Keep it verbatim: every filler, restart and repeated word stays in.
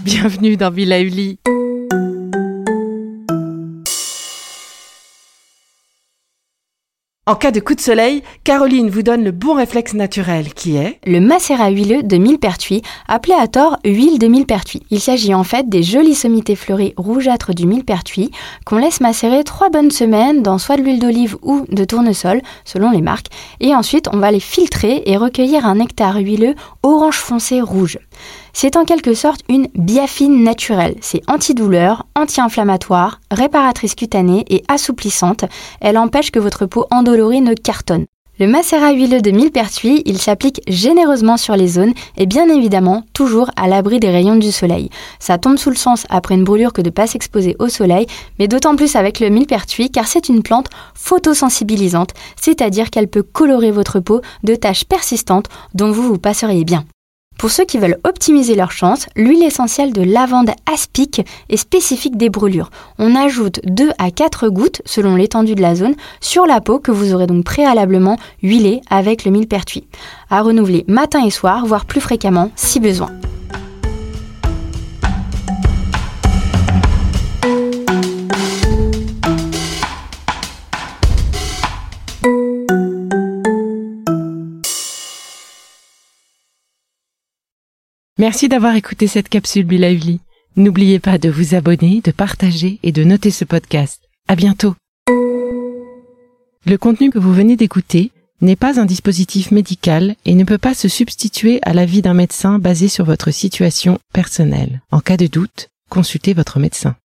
Bienvenue dans Villa Uli. En cas de coup de soleil, Caroline vous donne le bon réflexe naturel qui est le macérat huileux de millepertuis, appelé à tort huile de millepertuis. Il s'agit en fait des jolies sommités fleuries rougeâtres du millepertuis qu'on laisse macérer trois bonnes semaines dans soit de l'huile d'olive ou de tournesol, selon les marques, et ensuite on va les filtrer et recueillir un nectar huileux orange foncé rouge. C'est en quelque sorte une biafine naturelle. C'est antidouleur, anti-inflammatoire, réparatrice cutanée et assouplissante. Elle empêche que votre peau endolorie ne cartonne. Le macérat huileux de millepertuis, il s'applique généreusement sur les zones et bien évidemment toujours à l'abri des rayons du soleil. Ça tombe sous le sens après une brûlure que de ne pas s'exposer au soleil, mais d'autant plus avec le millepertuis car c'est une plante photosensibilisante, c'est-à-dire qu'elle peut colorer votre peau de taches persistantes dont vous vous passeriez bien. Pour ceux qui veulent optimiser leurs chances, l'huile essentielle de lavande aspic est spécifique des brûlures. On ajoute deux à quatre gouttes, selon l'étendue de la zone, sur la peau que vous aurez donc préalablement huilée avec le millepertuis. À renouveler matin et soir, voire plus fréquemment si besoin. Merci d'avoir écouté cette capsule Villa Uli. N'oubliez pas de vous abonner, de partager et de noter ce podcast. À bientôt. Le contenu que vous venez d'écouter n'est pas un dispositif médical et ne peut pas se substituer à l'avis d'un médecin basé sur votre situation personnelle. En cas de doute, consultez votre médecin.